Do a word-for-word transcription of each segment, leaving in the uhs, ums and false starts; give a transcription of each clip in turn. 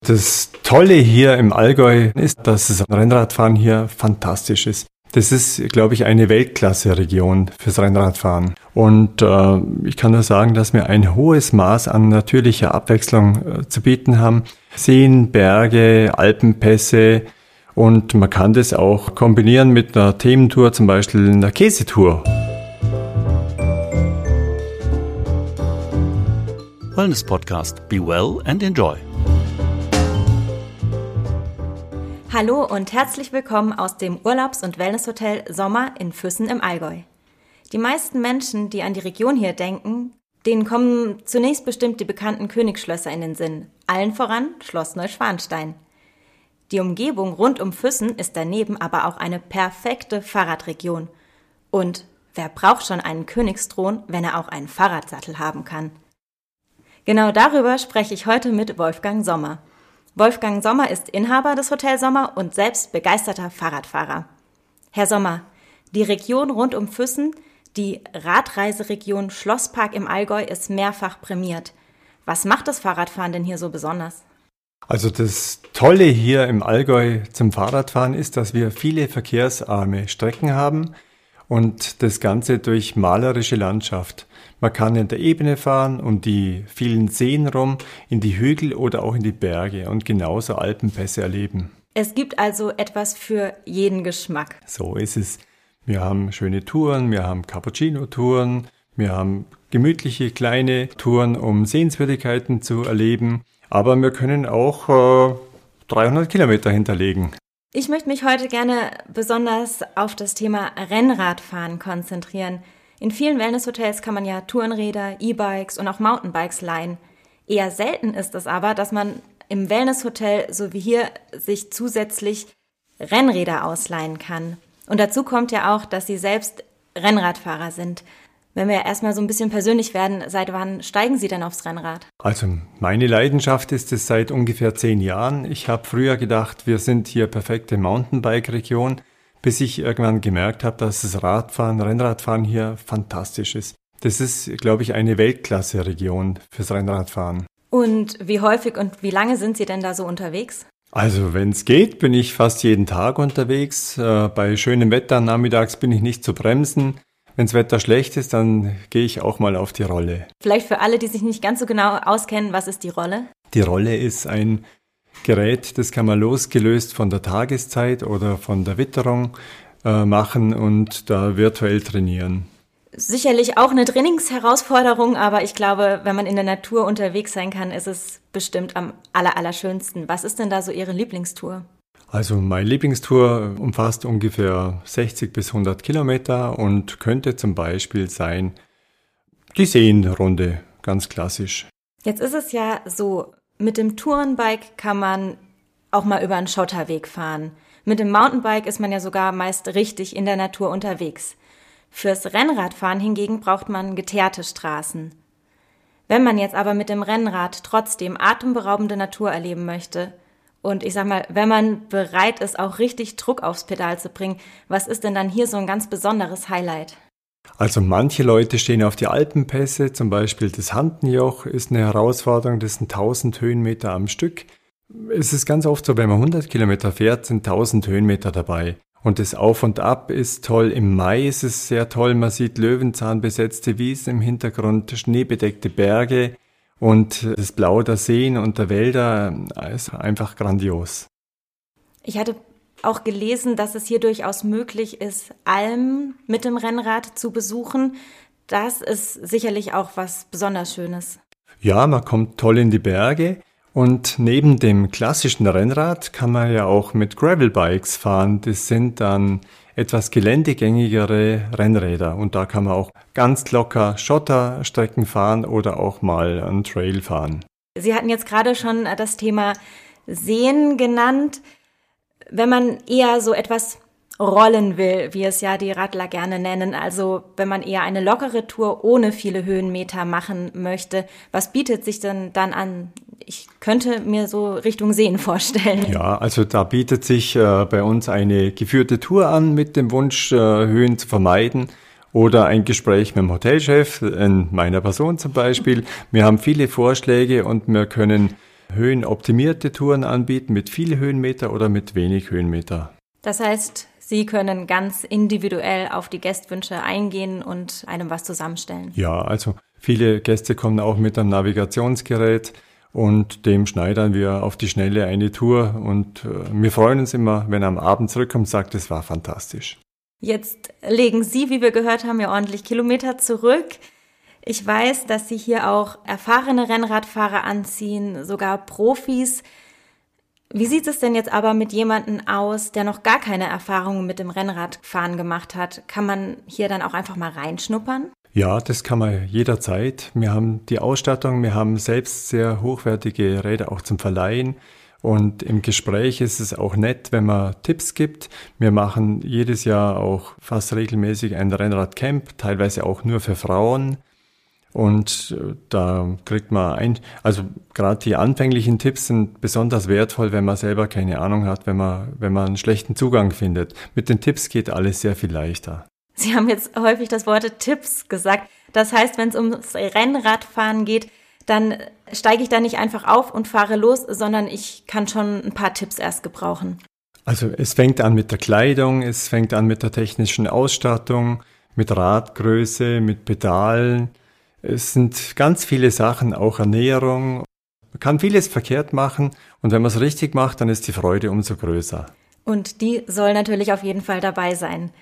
Das Tolle hier im Allgäu ist, dass das Rennradfahren hier fantastisch ist. Das ist, glaube ich, eine Weltklasse-Region fürs Rennradfahren. Und äh, ich kann nur sagen, dass wir ein hohes Maß an natürlicher Abwechslung äh, zu bieten haben. Seen, Berge, Alpenpässe, und man kann das auch kombinieren mit einer Thementour, zum Beispiel einer Käsetour. Wellness Podcast. Be well and enjoy. Hallo und herzlich willkommen aus dem Urlaubs- und Wellnesshotel Sommer in Füssen im Allgäu. Die meisten Menschen, die an die Region hier denken, denen kommen zunächst bestimmt die bekannten Königsschlösser in den Sinn. Allen voran Schloss Neuschwanstein. Die Umgebung rund um Füssen ist daneben aber auch eine perfekte Fahrradregion. Und wer braucht schon einen Königsthron, wenn er auch einen Fahrradsattel haben kann? Genau darüber spreche ich heute mit Wolfgang Sommer. Wolfgang Sommer ist Inhaber des Hotel Sommer und selbst begeisterter Fahrradfahrer. Herr Sommer, die Region rund um Füssen, die Radreiseregion Schlosspark im Allgäu, ist mehrfach prämiert. Was macht das Fahrradfahren denn hier so besonders? Also das Tolle hier im Allgäu zum Fahrradfahren ist, dass wir viele verkehrsarme Strecken haben und das Ganze durch malerische Landschaft. Man kann in der Ebene fahren, um die vielen Seen rum, in die Hügel oder auch in die Berge und genauso Alpenpässe erleben. Es gibt also etwas für jeden Geschmack. So ist es. Wir haben schöne Touren, wir haben Cappuccino-Touren, wir haben gemütliche kleine Touren, um Sehenswürdigkeiten zu erleben. Aber wir können auch äh, dreihundert Kilometer hinterlegen. Ich möchte mich heute gerne besonders auf das Thema Rennradfahren konzentrieren. In vielen Wellnesshotels kann man ja Tourenräder, E-Bikes und auch Mountainbikes leihen. Eher selten ist es aber, dass man im Wellnesshotel, so wie hier, sich zusätzlich Rennräder ausleihen kann. Und dazu kommt ja auch, dass Sie selbst Rennradfahrer sind. Wenn wir erstmal so ein bisschen persönlich werden, seit wann steigen Sie denn aufs Rennrad? Also meine Leidenschaft ist es seit ungefähr zehn Jahren. Ich habe früher gedacht, wir sind hier perfekte Mountainbike-Region, bis ich irgendwann gemerkt habe, dass das Radfahren, Rennradfahren hier fantastisch ist. Das ist, glaube ich, eine Weltklasse-Region fürs Rennradfahren. Und wie häufig und wie lange sind Sie denn da so unterwegs? Also wenn es geht, bin ich fast jeden Tag unterwegs. Äh, bei schönem Wetter nachmittags bin ich nicht zu bremsen. Wenn das Wetter schlecht ist, dann gehe ich auch mal auf die Rolle. Vielleicht für alle, die sich nicht ganz so genau auskennen, was ist die Rolle? Die Rolle ist ein Gerät, das kann man losgelöst von der Tageszeit oder von der Witterung äh, machen und da virtuell trainieren. Sicherlich auch eine Trainingsherausforderung, aber ich glaube, wenn man in der Natur unterwegs sein kann, ist es bestimmt am aller, allerschönsten. Was ist denn da so Ihre Lieblingstour? Also meine Lieblingstour umfasst ungefähr sechzig bis hundert Kilometer und könnte zum Beispiel sein die Seenrunde, ganz klassisch. Jetzt ist es ja so, mit dem Tourenbike kann man auch mal über einen Schotterweg fahren. Mit dem Mountainbike ist man ja sogar meist richtig in der Natur unterwegs. Fürs Rennradfahren hingegen braucht man geteerte Straßen. Wenn man jetzt aber mit dem Rennrad trotzdem atemberaubende Natur erleben möchte und ich sag mal, wenn man bereit ist, auch richtig Druck aufs Pedal zu bringen, was ist denn dann hier so ein ganz besonderes Highlight? Also manche Leute stehen auf die Alpenpässe, zum Beispiel das Hantenjoch ist eine Herausforderung, das sind tausend Höhenmeter am Stück. Es ist ganz oft so, wenn man hundert Kilometer fährt, sind tausend Höhenmeter dabei. Und das Auf und Ab ist toll. Im Mai ist es sehr toll, man sieht löwenzahnbesetzte Wiesen im Hintergrund, schneebedeckte Berge und das Blau der Seen und der Wälder ist einfach grandios. Ich hatte auch gelesen, dass es hier durchaus möglich ist, Almen mit dem Rennrad zu besuchen. Das ist sicherlich auch was besonders Schönes. Ja, man kommt toll in die Berge und neben dem klassischen Rennrad kann man ja auch mit Gravelbikes fahren. Das sind dann etwas geländegängigere Rennräder und da kann man auch ganz locker Schotterstrecken fahren oder auch mal einen Trail fahren. Sie hatten jetzt gerade schon das Thema Seen genannt. Wenn man eher so etwas rollen will, wie es ja die Radler gerne nennen, also wenn man eher eine lockere Tour ohne viele Höhenmeter machen möchte, was bietet sich denn dann an? Ich könnte mir so Richtung Seen vorstellen. Ja, also da bietet sich äh, bei uns eine geführte Tour an mit dem Wunsch, äh, Höhen zu vermeiden oder ein Gespräch mit dem Hotelchef, in meiner Person zum Beispiel. Wir haben viele Vorschläge und wir können höhenoptimierte Touren anbieten mit viel Höhenmeter oder mit wenig Höhenmeter. Das heißt, Sie können ganz individuell auf die Gästwünsche eingehen und einem was zusammenstellen. Ja, also viele Gäste kommen auch mit einem Navigationsgerät und dem schneidern wir auf die Schnelle eine Tour. Und äh, wir freuen uns immer, wenn er am Abend zurückkommt und sagt, es war fantastisch. Jetzt legen Sie, wie wir gehört haben, ja ordentlich Kilometer zurück. Ich weiß, dass Sie hier auch erfahrene Rennradfahrer anziehen, sogar Profis. Wie sieht es denn jetzt aber mit jemandem aus, der noch gar keine Erfahrungen mit dem Rennradfahren gemacht hat? Kann man hier dann auch einfach mal reinschnuppern? Ja, das kann man jederzeit. Wir haben die Ausstattung, wir haben selbst sehr hochwertige Räder auch zum Verleihen. Und im Gespräch ist es auch nett, wenn man Tipps gibt. Wir machen jedes Jahr auch fast regelmäßig ein Rennradcamp, teilweise auch nur für Frauen. Und da kriegt man ein, also gerade die anfänglichen Tipps sind besonders wertvoll, wenn man selber keine Ahnung hat, wenn man, wenn man einen schlechten Zugang findet. Mit den Tipps geht alles sehr viel leichter. Sie haben jetzt häufig das Wort Tipps gesagt. Das heißt, wenn es ums Rennradfahren geht, dann steige ich da nicht einfach auf und fahre los, sondern ich kann schon ein paar Tipps erst gebrauchen. Also es fängt an mit der Kleidung, es fängt an mit der technischen Ausstattung, mit Radgröße, mit Pedalen. Es sind ganz viele Sachen, auch Ernährung. Man kann vieles verkehrt machen und wenn man es richtig macht, dann ist die Freude umso größer. Und die soll natürlich auf jeden Fall dabei sein.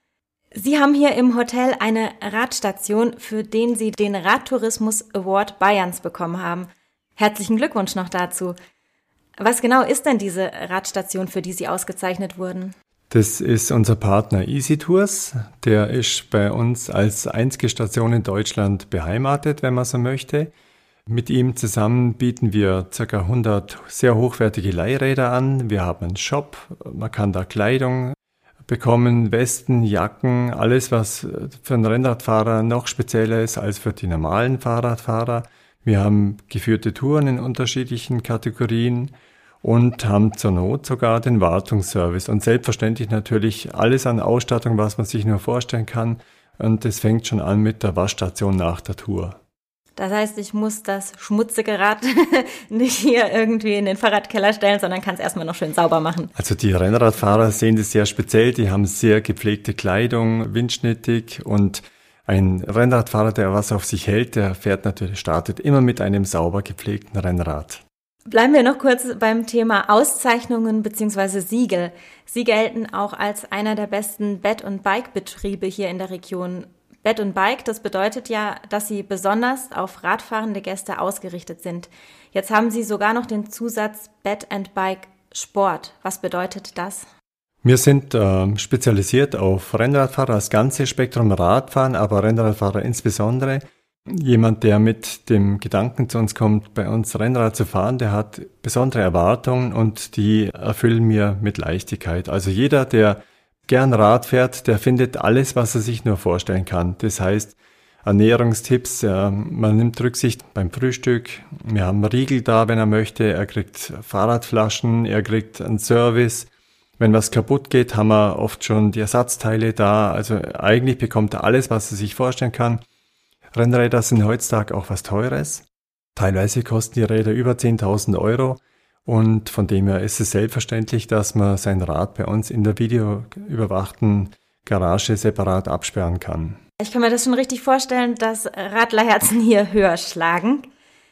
Sie haben hier im Hotel eine Radstation, für den Sie den Radtourismus Award Bayerns bekommen haben. Herzlichen Glückwunsch noch dazu. Was genau ist denn diese Radstation, für die Sie ausgezeichnet wurden? Das ist unser Partner Easy Tours. Der ist bei uns als einzige Station in Deutschland beheimatet, wenn man so möchte. Mit ihm zusammen bieten wir ca. hundert sehr hochwertige Leihräder an. Wir haben einen Shop, man kann da Kleidung bekommen, Westen, Jacken, alles was für einen Rennradfahrer noch spezieller ist als für die normalen Fahrradfahrer. Wir haben geführte Touren in unterschiedlichen Kategorien und haben zur Not sogar den Wartungsservice und selbstverständlich natürlich alles an Ausstattung, was man sich nur vorstellen kann. Und das fängt schon an mit der Waschstation nach der Tour. Das heißt, ich muss das schmutzige Rad nicht hier irgendwie in den Fahrradkeller stellen, sondern kann es erstmal noch schön sauber machen. Also die Rennradfahrer sehen das sehr speziell. Die haben sehr gepflegte Kleidung, windschnittig, und ein Rennradfahrer, der was auf sich hält, der fährt natürlich, startet immer mit einem sauber gepflegten Rennrad. Bleiben wir noch kurz beim Thema Auszeichnungen bzw. Siegel. Sie gelten auch als einer der besten Bed- und Bike-Betriebe hier in der Region. Bed und Bike, das bedeutet ja, dass sie besonders auf radfahrende Gäste ausgerichtet sind. Jetzt haben Sie sogar noch den Zusatz Bed and Bike Sport. Was bedeutet das? Wir sind äh, spezialisiert auf Rennradfahrer, das ganze Spektrum Radfahren, aber Rennradfahrer insbesondere. Jemand, der mit dem Gedanken zu uns kommt, bei uns Rennrad zu fahren, der hat besondere Erwartungen und die erfüllen wir mit Leichtigkeit. Also jeder, der gern Rad fährt, der findet alles, was er sich nur vorstellen kann. Das heißt, Ernährungstipps, äh, man nimmt Rücksicht beim Frühstück, wir haben Riegel da, wenn er möchte, er kriegt Fahrradflaschen, er kriegt einen Service. Wenn was kaputt geht, haben wir oft schon die Ersatzteile da. Also eigentlich bekommt er alles, was er sich vorstellen kann. Rennräder sind heutzutage auch was Teures. Teilweise kosten die Räder über zehntausend Euro. Und von dem her ist es selbstverständlich, dass man sein Rad bei uns in der videoüberwachten Garage separat absperren kann. Ich kann mir das schon richtig vorstellen, dass Radlerherzen hier höher schlagen.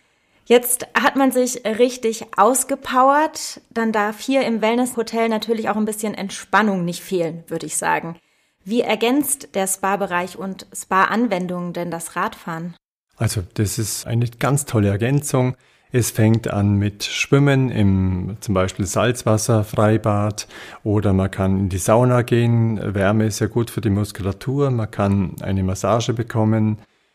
Jetzt hat man sich richtig ausgepowert. Dann darf hier im Wellness-Hotel natürlich auch ein bisschen Entspannung nicht fehlen, würde ich sagen. Wie ergänzt der Spa-Bereich und Spa-Anwendungen denn das Radfahren? Also das ist eine ganz tolle Ergänzung. Es fängt an mit Schwimmen im zum Beispiel Salzwasser, Freibad, oder man kann in die Sauna gehen. Wärme ist ja gut für die Muskulatur. Man kann eine Massage bekommen,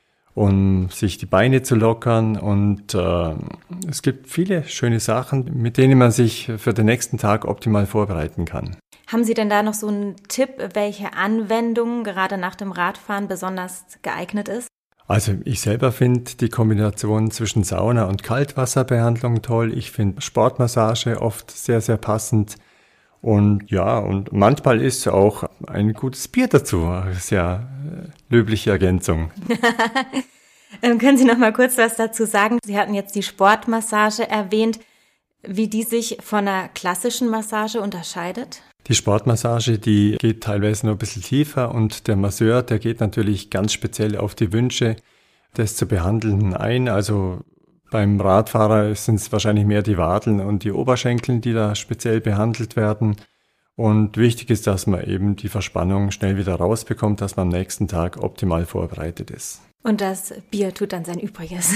um sich die Beine zu lockern, und äh, es gibt viele schöne Sachen, mit denen man sich für den nächsten Tag optimal vorbereiten kann. Haben Sie denn da noch so einen Tipp, welche Anwendung gerade nach dem Radfahren besonders geeignet ist? Also ich selber finde die Kombination zwischen Sauna und Kaltwasserbehandlung toll. Ich finde Sportmassage oft sehr, sehr passend. Und ja, und manchmal ist auch ein gutes Bier dazu eine sehr löbliche Ergänzung. ähm, können Sie noch mal kurz was dazu sagen? Sie hatten jetzt die Sportmassage erwähnt. wie die sich von einer klassischen Massage unterscheidet? Die Sportmassage, die geht teilweise noch ein bisschen tiefer und der Masseur, der geht natürlich ganz speziell auf die Wünsche des zu Behandelnden ein. Also beim Radfahrer sind es wahrscheinlich mehr die Wadeln und die Oberschenkel, die da speziell behandelt werden. Und wichtig ist, dass man eben die Verspannung schnell wieder rausbekommt, dass man am nächsten Tag optimal vorbereitet ist. Und das Bier tut dann sein Übriges.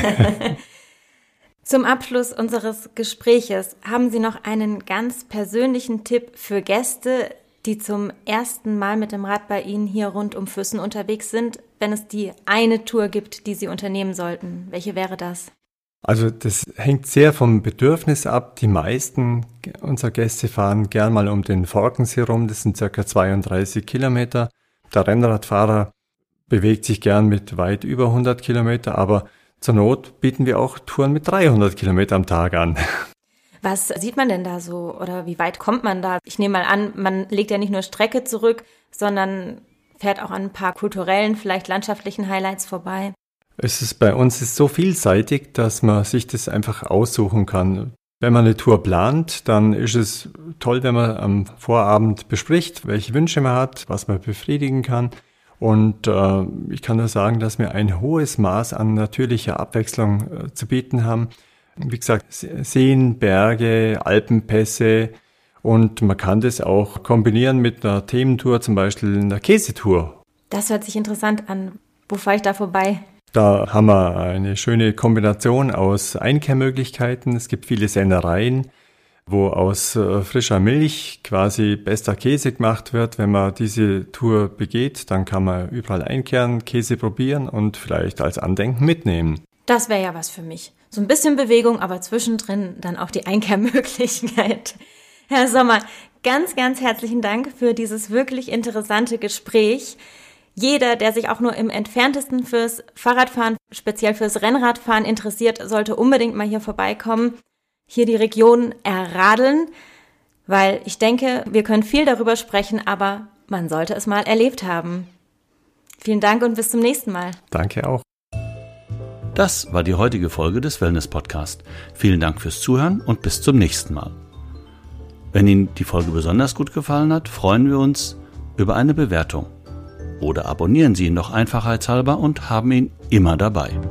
Zum Abschluss unseres Gespräches haben Sie noch einen ganz persönlichen Tipp für Gäste, die zum ersten Mal mit dem Rad bei Ihnen hier rund um Füssen unterwegs sind, wenn es die eine Tour gibt, die Sie unternehmen sollten? Welche wäre das? Also das hängt sehr vom Bedürfnis ab. Die meisten unserer Gäste fahren gern mal um den Forkensee rum, das sind ca. zweiunddreißig Kilometer. Der Rennradfahrer bewegt sich gern mit weit über hundert Kilometer, aber zur Not bieten wir auch Touren mit dreihundert Kilometer am Tag an. Was sieht man denn da so oder wie weit kommt man da? Ich nehme mal an, man legt ja nicht nur Strecke zurück, sondern fährt auch an ein paar kulturellen, vielleicht landschaftlichen Highlights vorbei. Es ist bei uns ist so vielseitig, dass man sich das einfach aussuchen kann. Wenn man eine Tour plant, dann ist es toll, wenn man am Vorabend bespricht, welche Wünsche man hat, was man befriedigen kann. Und äh, ich kann nur sagen, dass wir ein hohes Maß an natürlicher Abwechslung äh, zu bieten haben. Wie gesagt, Seen, Berge, Alpenpässe und man kann das auch kombinieren mit einer Thementour, zum Beispiel einer Käsetour. Das hört sich interessant an. Wo fahre ich da vorbei? Da haben wir eine schöne Kombination aus Einkehrmöglichkeiten. Es gibt viele Sennereien, wo aus äh, frischer Milch quasi bester Käse gemacht wird. Wenn man diese Tour begeht, dann kann man überall einkehren, Käse probieren und vielleicht als Andenken mitnehmen. Das wäre ja was für mich. So ein bisschen Bewegung, aber zwischendrin dann auch die Einkehrmöglichkeit. Herr Sommer, ganz, ganz herzlichen Dank für dieses wirklich interessante Gespräch. Jeder, der sich auch nur im Entferntesten fürs Fahrradfahren, speziell fürs Rennradfahren interessiert, sollte unbedingt mal hier vorbeikommen, hier die Region erradeln, weil ich denke, wir können viel darüber sprechen, aber man sollte es mal erlebt haben. Vielen Dank und bis zum nächsten Mal. Danke auch. Das war die heutige Folge des Wellness-Podcast. Vielen Dank fürs Zuhören und bis zum nächsten Mal. Wenn Ihnen die Folge besonders gut gefallen hat, freuen wir uns über eine Bewertung. Oder abonnieren Sie ihn doch einfachheitshalber und haben ihn immer dabei.